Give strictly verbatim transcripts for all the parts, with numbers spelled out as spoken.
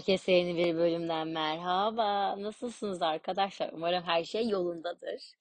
Herkese yeni bir bölümden merhaba. Nasılsınız arkadaşlar? Umarım her şey yolundadır.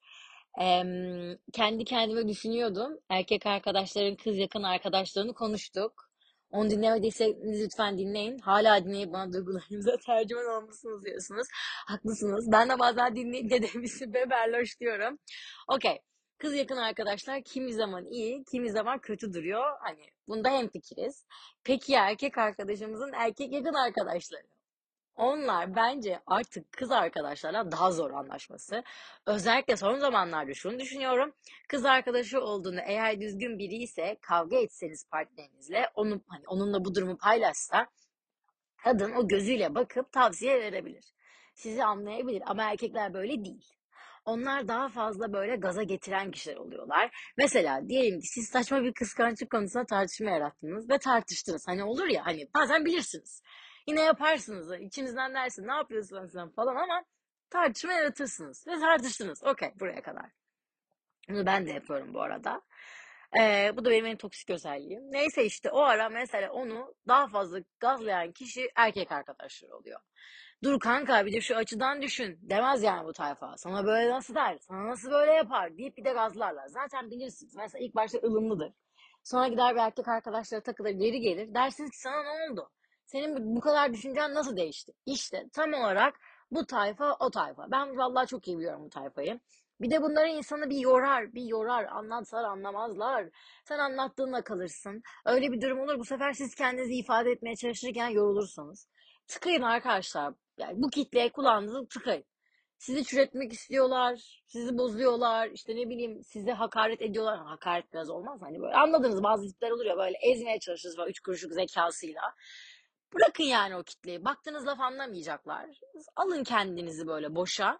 Em, kendi kendime düşünüyordum. Erkek arkadaşların kız yakın arkadaşlarını konuştuk. Onu dinlemediyseniz lütfen dinleyin. Hala dinleyip bana duygularınıza tercüman olmuşsunuz diyorsunuz. Haklısınız. Ben de bazen dinleyip dedemisi beberloş diyorum. Okey. Kız yakın arkadaşlar kimi zaman iyi, kimi zaman kötü duruyor. Hani bunda hemfikiriz. Peki ya erkek arkadaşımızın erkek yakın arkadaşları? Onlar bence artık kız arkadaşlarla daha zor anlaşması. Özellikle son zamanlarda şunu düşünüyorum. Kız arkadaşı olduğunu eğer düzgün biri ise kavga etseniz partnerinizle onun hani onunla bu durumu paylaşsa kadın o gözüyle bakıp tavsiye verebilir. Sizi anlayabilir ama erkekler böyle değil. Onlar daha fazla böyle gaza getiren kişiler oluyorlar. Mesela diyelim ki siz saçma bir kıskançlık konusunda tartışma yarattınız ve tartıştınız. Hani olur ya hani bazen bilirsiniz. Yine yaparsınız. Hani içinizden dersin ne yapıyorsun sen falan ama tartışma yaratırsınız. Ve tartıştınız. Okey buraya kadar. Bunu ben de yapıyorum bu arada. Ee, bu da benim en toksik özelliğim. Neyse işte o ara mesela onu daha fazla gazlayan kişi erkek arkadaşları oluyor. Dur kanka bir de şu açıdan düşün demez yani bu tayfa. Sana böyle nasıl der, sana nasıl böyle yapar deyip bir de gazlarlar. Zaten bilirsiniz mesela ilk başta ılımlıdır. Sonra gider bir erkek arkadaşlara takılır geri gelir. Dersiniz ki sana ne oldu? Senin bu kadar düşüncen nasıl değişti? İşte tam olarak bu tayfa o tayfa. Ben vallahi çok iyi biliyorum bu tayfayı. Bir de bunları insanı bir yorar, bir yorar. Anlatsalar anlamazlar. Sen anlattığınla kalırsın. Öyle bir durum olur. Bu sefer siz kendinizi ifade etmeye çalışırken yorulursunuz. Tıkayın arkadaşlar. Yani bu kitleye kulağınızı tıkayın. Sizi çürütmek istiyorlar, sizi bozuyorlar, işte ne bileyim size hakaret ediyorlar. Hakaret biraz olmaz hani böyle anladınız bazı tipler olur ya böyle ezmeye çalışırız falan üç kuruşluk zekasıyla. Bırakın yani o kitleyi. Baktığınız laf anlamayacaklar. Alın kendinizi böyle boşa.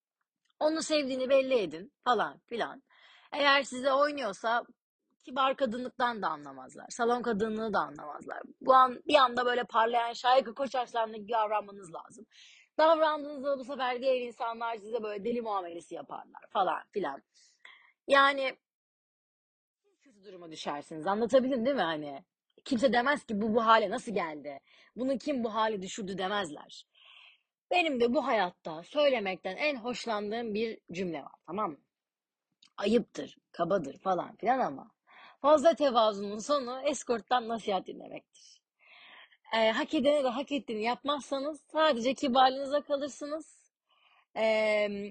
Onu sevdiğini belli edin falan filan. Eğer size oynuyorsa kibar kadınlıktan da anlamazlar. Salon kadınlığı da anlamazlar. Bu an bir anda böyle parlayan Şahika Koçarslan'la gibi davranmanız lazım. Davrandığınızda bu sefer diğer insanlar size böyle deli muamelesi yaparlar falan filan. Yani kötü duruma düşersiniz. Anlatabildim değil mi hani? Kimse demez ki bu bu hale nasıl geldi? Bunu kim bu hale düşürdü demezler. Benim de bu hayatta söylemekten en hoşlandığım bir cümle var, tamam mı? Ayıptır, kabadır falan filan ama fazla tevazunun sonu eskorttan nasihat dinlemektir. Ee, hak edene de hak ettiğini yapmazsanız sadece kibarlığınıza kalırsınız. Ee,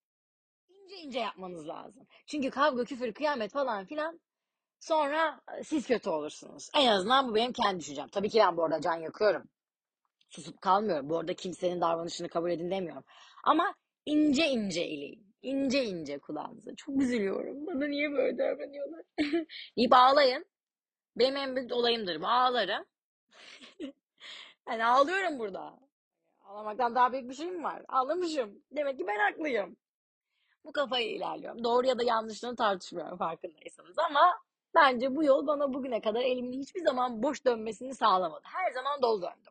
ince ince yapmanız lazım. Çünkü kavga, küfür, kıyamet falan filan sonra siz kötü olursunuz. En azından bu benim kendi düşüncem. Tabii ki ben bu arada can yakıyorum. Susup kalmıyorum. Bu arada kimsenin davranışını kabul edin demiyorum. Ama ince ince eleyin. İnce ince kulağınıza. Çok üzülüyorum. Bana niye böyle davranıyorlar? deyip ağlayın. Benim en büyük olayımdır bu. Ağlarım. Yani ağlıyorum burada. Ağlamaktan daha büyük bir şey mi var? Ağlamışım. Demek ki ben haklıyım. Bu kafayla ilerliyorum. Doğru ya da yanlışını tartışmıyorum farkındaysanız ama bence bu yol bana bugüne kadar elimin hiçbir zaman boş dönmesini sağlamadı. Her zaman dolu döndüm.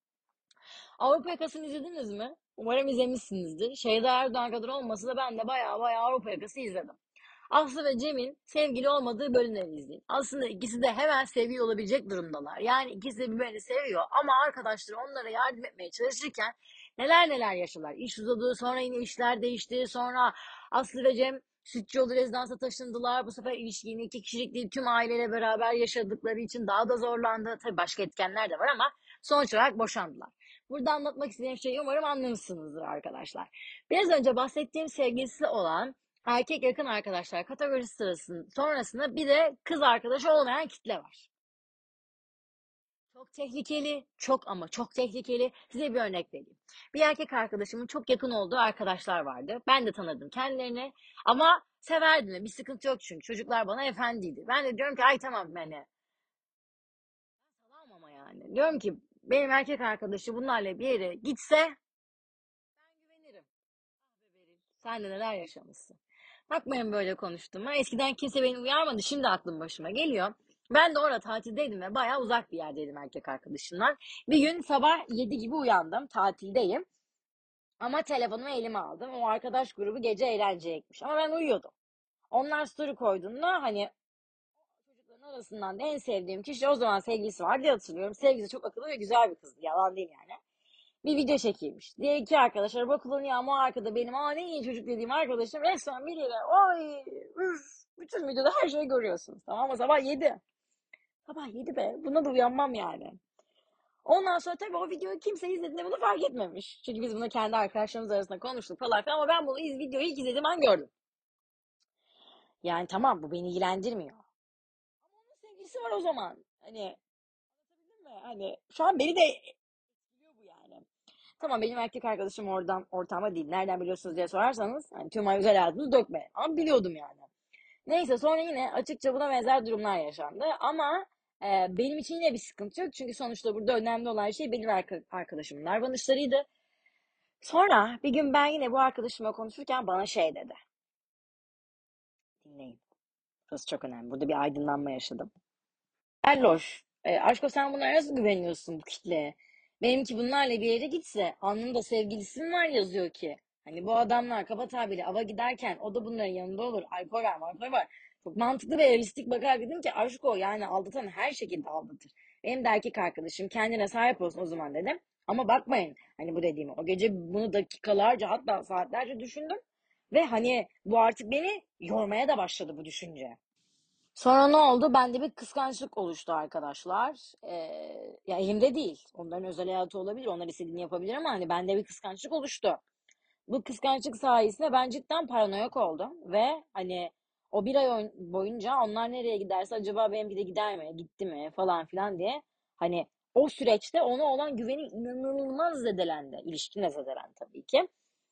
Avrupa Yakası'nı izlediniz mi? Umarım izlemişsinizdir. Şeyda Erdoğan kadar olmasa da ben de bayağı bayağı Avrupa Yakası izledim. Aslı ve Cem'in sevgili olmadığı bölümlerini izleyin. Aslında ikisi de hemen sevgili olabilecek durumdalar. Yani ikisi de birbirini seviyor ama arkadaşları onlara yardım etmeye çalışırken neler neler yaşıyorlar. İş uzadı, sonra yine işler değişti, sonra Aslı ve Cem Sütçüoğlu rezidansa taşındılar. Bu sefer ilişkinin iki kişilik değil tüm aileyle beraber yaşadıkları için daha da zorlandı. Tabii başka etkenler de var ama sonuç olarak boşandılar. Burada anlatmak istediğim şeyi umarım anlamışsınızdır arkadaşlar. Biraz önce bahsettiğim sevgilisi olan erkek yakın arkadaşlar kategorisi sırasında sonrasında bir de kız arkadaşı olmayan kitle var. Çok tehlikeli, çok ama çok tehlikeli. Size bir örnek vereyim. Bir erkek arkadaşımın çok yakın olduğu arkadaşlar vardı. Ben de tanıdım kendilerini ama severdim de bir sıkıntı yok çünkü çocuklar bana efendiydi. Ben de diyorum ki ay tamam beni. Salam ama yani. Diyorum ki benim erkek arkadaşı bunlarla bir yere gitse ben güvenirim. Ah be Beril, sen de neler yaşamışsın. Bakmayın böyle konuştuğuma. Eskiden kimse beni uyarmadı. Şimdi aklım başıma geliyor. Ben de orada tatildeydim ve bayağı uzak bir yerdeydim erkek arkadaşımdan. Bir gün sabah yedi gibi uyandım. Tatildeyim. Ama telefonumu elime aldım. O arkadaş grubu gece eğlenceye gitmiş. Ama ben uyuyordum. Onlar story koyduğunda hani çocukların arasından da en sevdiğim kişi o zaman sevgilisi var diye hatırlıyorum. Sevgilisi çok akıllı ve güzel bir kızdı. Yalan değil yani. Bir video çekilmiş. Diğer iki arkadaş araba kullanıyor ama o arkada benim aa ne iyi çocuk dediğim arkadaşım resmen biriyle oy üf, bütün videoda her şeyi görüyorsunuz. Tamam mı? Sabah yedi. Sabah yedi be. Buna da uyanmam yani. Ondan sonra tabii o videoyu kimse izlediğinde bunu fark etmemiş. Çünkü biz bunu kendi arkadaşlarımız arasında konuştuk falan filan ama ben bunu iz videoyu ilk izlediğim an gördüm. Yani tamam bu beni ilgilendirmiyor. Onun sevgilisi var o zaman. Hani anlatabildim mi? Hani şu an beni de etkiliyor bu yani. Tamam benim erkek arkadaşım oradan ortama değil. Nereden biliyorsunuz diye sorarsanız hani tüm ay özel hayatınızı dökme. Ama biliyordum yani. Neyse sonra yine açıkça buna benzer durumlar yaşandı. Ama e, benim için yine bir sıkıntı yok. Çünkü sonuçta burada önemli olan şey benim arka- arkadaşımın davranışlarıydı. Sonra bir gün ben yine bu arkadaşımla konuşurken bana şey dedi. Dinleyin. Burası çok önemli. Burada bir aydınlanma yaşadım. Erloş. E, aşko sen bunlara nasıl güveniyorsun bu kitleye? Benimki bunlarla bir yere gitse alnında sevgilisi mi var yazıyor ki. Hani bu adamlar kaba tabiri ava giderken o da bunların yanında olur. Alkol var, alkol var. Çok mantıklı ve realistik bakarak dedim ki aşko yani aldatan her şekilde aldatır. Benim de erkek arkadaşım kendine sahip olsun o zaman dedim. Ama bakmayın hani bu dediğimi. O gece bunu dakikalarca hatta saatlerce düşündüm. Ve hani bu artık beni yormaya da başladı bu düşünce. Sonra ne oldu? Bende bir kıskançlık oluştu arkadaşlar. Ee, ya elimde değil. Onların özel hayatı olabilir. Onlar istediğini yapabilir ama hani bende bir kıskançlık oluştu. Bu kıskançlık sayesinde ben cidden paranoyak oldum. Ve hani o bir ay oy- boyunca onlar nereye giderse acaba benimki de gider mi, gitti mi falan filan diye. Hani o süreçte ona olan güveni inanılmaz zedelendi. İlişkin de zedelendi tabii ki.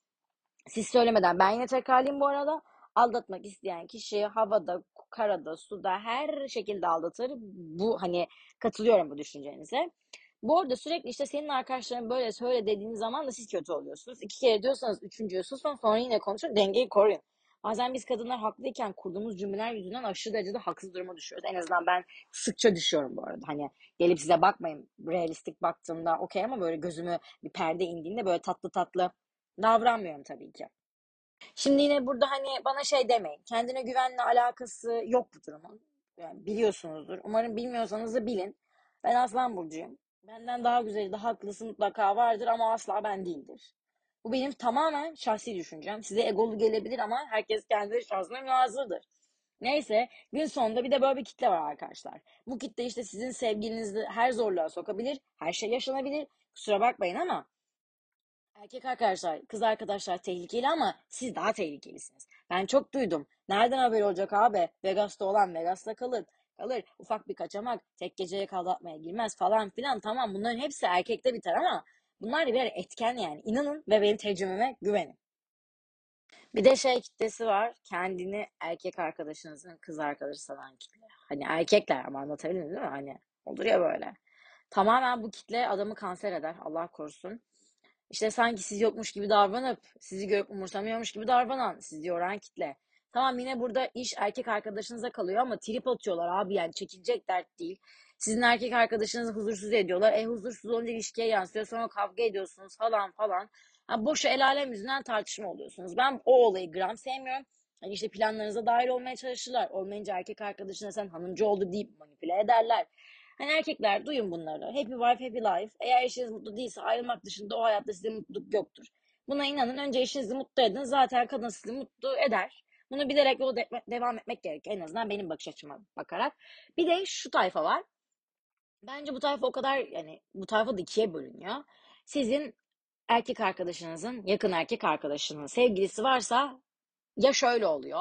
Siz söylemeden ben yine tekrarlayayım bu arada. Aldatmak isteyen kişi havada, karada, suda her şekilde aldatır. Bu hani katılıyorum bu düşüncenize. Bu arada sürekli işte senin arkadaşların böyle söyle dediğiniz zaman da siz kötü oluyorsunuz. İki kere diyorsanız üçüncüye susun sonra yine konuşun dengeyi koruyun. Bazen biz kadınlar haklıyken kurduğumuz cümleler yüzünden aşırı derecede haksız duruma düşüyoruz. En azından ben sıkça düşüyorum bu arada. Hani gelip size bakmayın realistik baktığımda okey ama böyle gözümü bir perde indiğinde böyle tatlı tatlı davranmıyorum tabii ki. Şimdi yine burada hani bana şey demeyin. Kendine güvenle alakası yok bu durumun. Yani biliyorsunuzdur. Umarım bilmiyorsanız da bilin. Ben Aslan Burcu'yum. Benden daha güzeli, daha haklısı mutlaka vardır ama asla ben değildir. Bu benim tamamen şahsi düşüncem. Size egolu gelebilir ama herkes kendi şahsına münazırdır. Neyse gün sonunda bir de böyle bir kitle var arkadaşlar. Bu kitle işte sizin sevgilinizi her zorluğa sokabilir. Her şey yaşanabilir. Kusura bakmayın ama erkek arkadaşlar, kız arkadaşlar tehlikeli ama siz daha tehlikelisiniz. Ben çok duydum. Nereden haber olacak abi? Vegas'ta olan Vegas'ta kalır. Kalır. Ufak bir kaçamak. Tek geceye kaldatmaya girmez falan filan. Tamam bunların hepsi erkekte biter ama bunlar da birer etken yani. İnanın ve benim tecrübeme güvenin. Bir de şey kitlesi var. Kendini erkek arkadaşınızın kız arkadaşı sanan kitle. Hani erkekler ama anlatabildim değil mi? Hani olur ya böyle. Tamamen bu kitle adamı kanser eder. Allah korusun. İşte sanki siz yokmuş gibi davranıp sizi görüp umursamıyormuş gibi davranan sizi yoran kitle. Tamam yine burada iş erkek arkadaşınıza kalıyor ama trip atıyorlar abi yani çekilecek dert değil. Sizin erkek arkadaşınızı huzursuz ediyorlar. E huzursuz olunca ilişkiye yansıyor sonra kavga ediyorsunuz falan falan. Ha, boşa el alem yüzünden tartışma oluyorsunuz. Ben o olayı gram sevmiyorum. Hani işte planlarınıza dahil olmaya çalışırlar. Olmayınca erkek arkadaşına sen hanımcı oldu deyip manipüle ederler. Hani erkekler duyun bunları. Happy wife, happy life. Eğer eşiniz mutlu değilse ayrılmak dışında o hayatta size mutluluk yoktur. Buna inanın. Önce eşinizi mutlu edin. Zaten kadın sizi mutlu eder. Bunu bilerek yolda de- devam etmek gerekiyor. En azından benim bakış açıma bakarak. Bir de şu tayfa var. Bence bu tayfa o kadar yani bu tayfa da ikiye bölünüyor. Sizin erkek arkadaşınızın, yakın erkek arkadaşının sevgilisi varsa ya şöyle oluyor.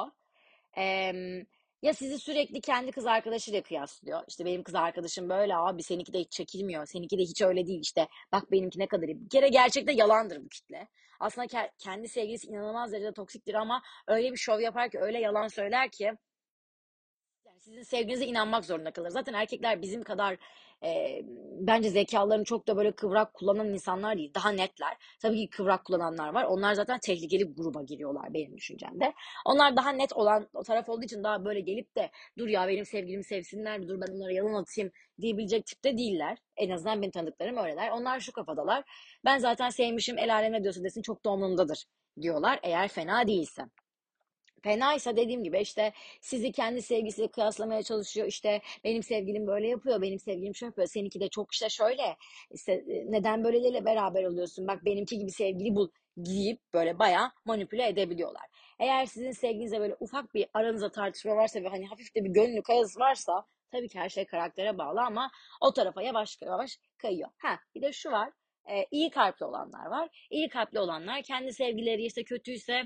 Em, ya sizi sürekli kendi kız arkadaşıyla kıyaslıyor. İşte benim kız arkadaşım böyle abi seninki de hiç çekilmiyor. Seninki de hiç öyle değil işte. Bak benimki ne kadar iyi. Bir kere gerçekte yalandır bu kitle. Aslında ke- kendi sevgilisi inanılmaz derecede toksiktir ama öyle bir şov yapar ki öyle yalan söyler ki yani sizin sevginize inanmak zorunda kalır. Zaten erkekler bizim kadar e, bence zekalarını çok da böyle kıvrak kullanan insanlar değil. Daha netler. Tabii ki kıvrak kullananlar var. Onlar zaten tehlikeli bir gruba giriyorlar benim düşüncemde. Onlar daha net olan o taraf olduğu için daha böyle gelip de dur ya benim sevgilimi sevsinler dur ben onlara yalan atayım diyebilecek tipte değiller. En azından benim tanıdıklarım öyleler. Onlar şu kafadalar. Ben zaten sevmişim el alem ne diyorsa desin çok da umurumdadır diyorlar eğer fena değilse. Fenaysa dediğim gibi işte sizi kendi sevgisiyle kıyaslamaya çalışıyor. İşte benim sevgilim böyle yapıyor, benim sevgilim şöyle yapıyor, seninki de çok işte şöyle. İşte e, neden böyleleriyle beraber oluyorsun? Bak benimki gibi sevgili bul deyip böyle bayağı manipüle edebiliyorlar. Eğer sizin sevginizde böyle ufak bir aranızda tartışma varsa ve hani hafif de bir gönlü kayası varsa tabii ki her şey karaktere bağlı ama o tarafa yavaş yavaş kayıyor. Ha bir de şu var. E, iyi kalpli olanlar var. İyi kalpli olanlar kendi sevgileri işte kötüyse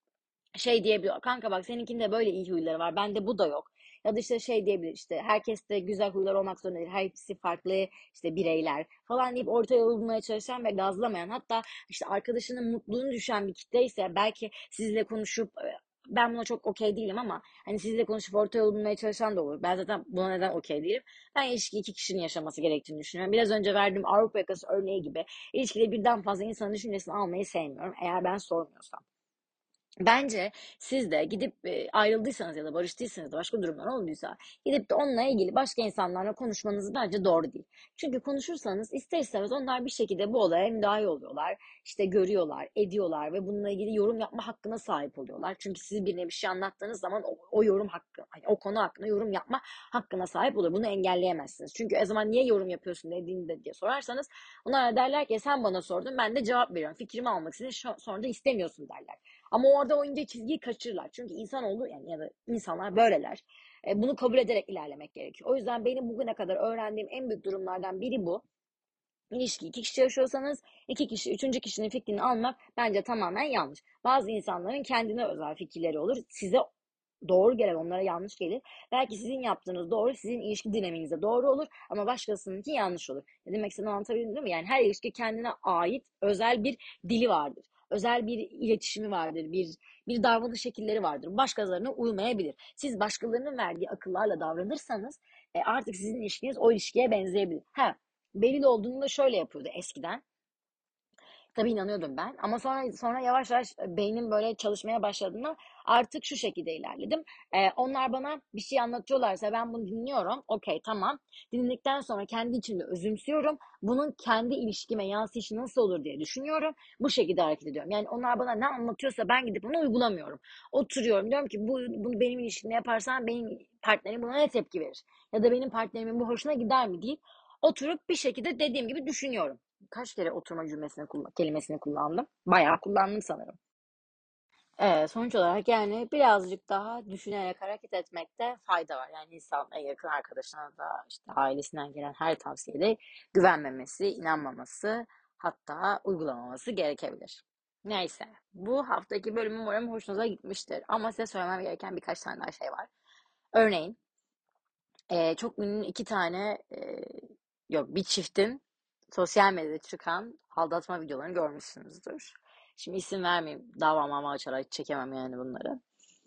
şey diyebiliyor. Kanka bak seninkinde böyle iyi huyları var. Bende bu da yok. Ya da işte şey diyebilir işte herkes de güzel huylar olmak zorunda değil. Hepsi farklı işte bireyler falan deyip ortaya yol bulmaya çalışan ve gazlamayan hatta işte arkadaşının mutluluğunu düşen bir kitle ise belki sizinle konuşup e, ben buna çok okey değilim ama hani sizinle konuşup ortaya yol bulmaya çalışan da olur. Ben zaten buna neden okey değilim. Ben ilişki iki kişinin yaşaması gerektiğini düşünüyorum. Biraz önce verdiğim Avrupa yakası örneği gibi ilişkide birden fazla insanın düşüncesini almayı sevmiyorum. Eğer ben sormuyorsam. Bence siz de gidip e, ayrıldıysanız ya da barıştıysanız da başka durumlar olduysa gidip de onunla ilgili başka insanlarla konuşmanız bence doğru değil. Çünkü konuşursanız ister istemez onlar bir şekilde bu olaya müdahil oluyorlar. İşte görüyorlar, ediyorlar ve bununla ilgili yorum yapma hakkına sahip oluyorlar. Çünkü siz birine bir şey anlattığınız zaman o, o yorum hakkı, hani o konu hakkında yorum yapma hakkına sahip olur. Bunu engelleyemezsiniz. Çünkü o zaman niye yorum yapıyorsun dediğinde diye sorarsanız onlar da derler ki sen bana sordun ben de cevap veriyorum. Fikrimi almak istedin sonra da istemiyorsun derler. Ama orada o ince çizgiyi kaçırırlar. Çünkü insanoğlu yani ya da insanlar böyleler. E, bunu kabul ederek ilerlemek gerekiyor. O yüzden benim bugüne kadar öğrendiğim en büyük durumlardan biri bu. İlişki iki kişi yaşıyorsanız iki kişi, üçüncü kişinin fikrini almak bence tamamen yanlış. Bazı insanların kendine özel fikirleri olur. Size doğru gelen onlara yanlış gelir. Belki sizin yaptığınız doğru sizin ilişki dinamiğinizde doğru olur ama başkasınınki yanlış olur. Ne demek istediğimi anlatabildim mi? Yani her ilişki kendine ait özel bir dili vardır. Özel bir iletişimi vardır. Bir bir davranış şekilleri vardır. Başkalarına uymayabilir. Siz başkalarının verdiği akıllarla davranırsanız e, artık sizin ilişkiniz o ilişkiye benzeyebilir. Ha, Beril olduğunda da şöyle yapıyordu eskiden. Tabii inanıyordum ben ama sonra sonra yavaş yavaş e, beynim böyle çalışmaya başladığında artık şu şekilde ilerledim. Ee, onlar bana bir şey anlatıyorlarsa ben bunu dinliyorum. Okey tamam. Dinledikten sonra kendi içimde özümsüyorum. Bunun kendi ilişkime yansıyışı nasıl olur diye düşünüyorum. Bu şekilde hareket ediyorum. Yani onlar bana ne anlatıyorsa ben gidip onu uygulamıyorum. Oturuyorum diyorum ki bu, bunu benim ilişkimde yaparsan benim partnerim buna ne tepki verir? Ya da benim partnerimin bu hoşuna gider mi deyip oturup bir şekilde dediğim gibi düşünüyorum. Kaç kere oturma cümlesini kullan kelimesini kullandım? Bayağı kullandım sanırım. Evet, sonuç olarak yani birazcık daha düşünerek hareket etmekte fayda var. Yani insan en yakın arkadaşına da işte ailesinden gelen her tavsiyede güvenmemesi, inanmaması, hatta uygulamaması gerekebilir. Neyse, bu haftaki bölüm umarım hoşunuza gitmiştir. Ama size söylemem gereken birkaç tane daha şey var. Örneğin Ee, çok ünlü iki tane e, yok bir çiftin sosyal medyada çıkan aldatma videolarını görmüşsünüzdür. Şimdi isim vermeyeyim. Dava mama açarak çekemem yani bunları.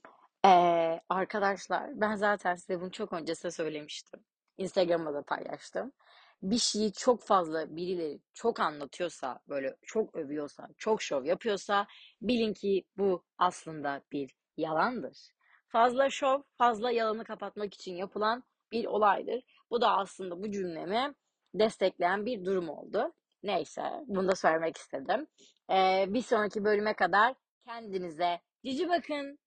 Ee, arkadaşlar ben zaten size bunu çok önce size söylemiştim. Instagram'da da paylaştım. Bir şeyi çok fazla birileri çok anlatıyorsa, böyle çok övüyorsa, çok şov yapıyorsa bilin ki bu aslında bir yalandır. Fazla şov, fazla yalanı kapatmak için yapılan bir olaydır. Bu da aslında bu cümlemi destekleyen bir durum oldu. Neyse, bunu da söylemek istedim. Ee, bir sonraki bölüme kadar kendinize cici bakın.